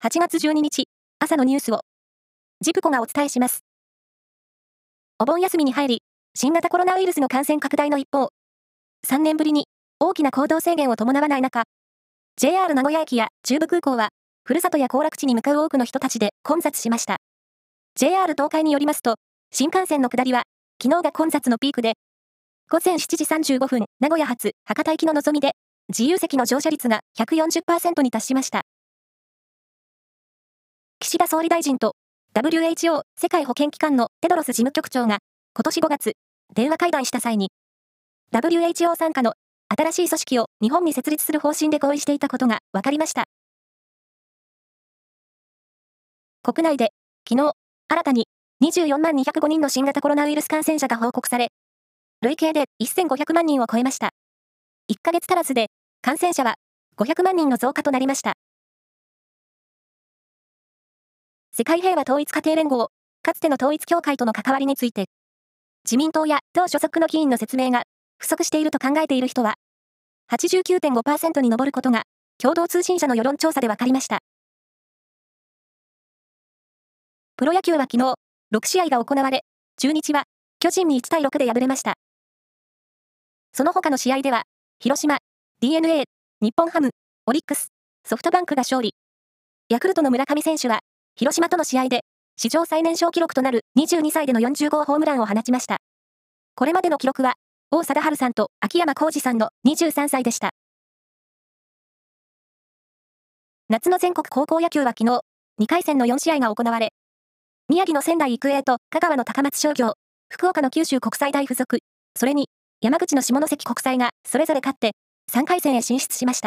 8月12日、朝のニュースを、ジプコがお伝えします。お盆休みに入り、新型コロナウイルスの感染拡大の一方、3年ぶりに大きな行動制限を伴わない中、JR 名古屋駅や中部空港は、ふるさとや行楽地に向かう多くの人たちで混雑しました。JR 東海によりますと、新幹線の下りは、昨日が混雑のピークで、午前7時35分、名古屋発博多行きののぞみで、自由席の乗車率が 140% に達しました。岸田総理大臣と WHO 世界保健機関のテドロス事務局長が今年5月、電話会談した際に、WHO 傘下の新しい組織を日本に設立する方針で合意していたことが分かりました。国内で昨日、新たに24万205人の新型コロナウイルス感染者が報告され、累計で1500万人を超えました。1ヶ月足らずで感染者は500万人の増加となりました。世界平和統一家庭連合、かつての統一教会との関わりについて、自民党や党所属の議員の説明が不足していると考えている人は、89.5% に上ることが、共同通信社の世論調査で分かりました。プロ野球は昨日、6試合が行われ、中日は巨人に1対6で敗れました。その他の試合では、広島、DNA、日本ハム、オリックス、ソフトバンクが勝利。ヤクルトの村上選手は、広島との試合で、史上最年少記録となる22歳での40号ホームランを放ちました。これまでの記録は、王貞治さんと秋山浩二さんの23歳でした。夏の全国高校野球は昨日、2回戦の4試合が行われ、宮城の仙台育英と香川の高松商業、福岡の九州国際大付属、それに山口の下関国際がそれぞれ勝って3回戦へ進出しました。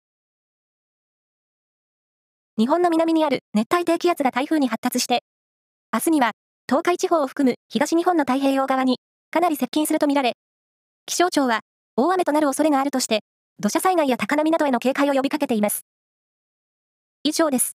日本の南にある熱帯低気圧が台風に発達して、明日には東海地方を含む東日本の太平洋側にかなり接近するとみられ、気象庁は大雨となる恐れがあるとして、土砂災害や高波などへの警戒を呼びかけています。以上です。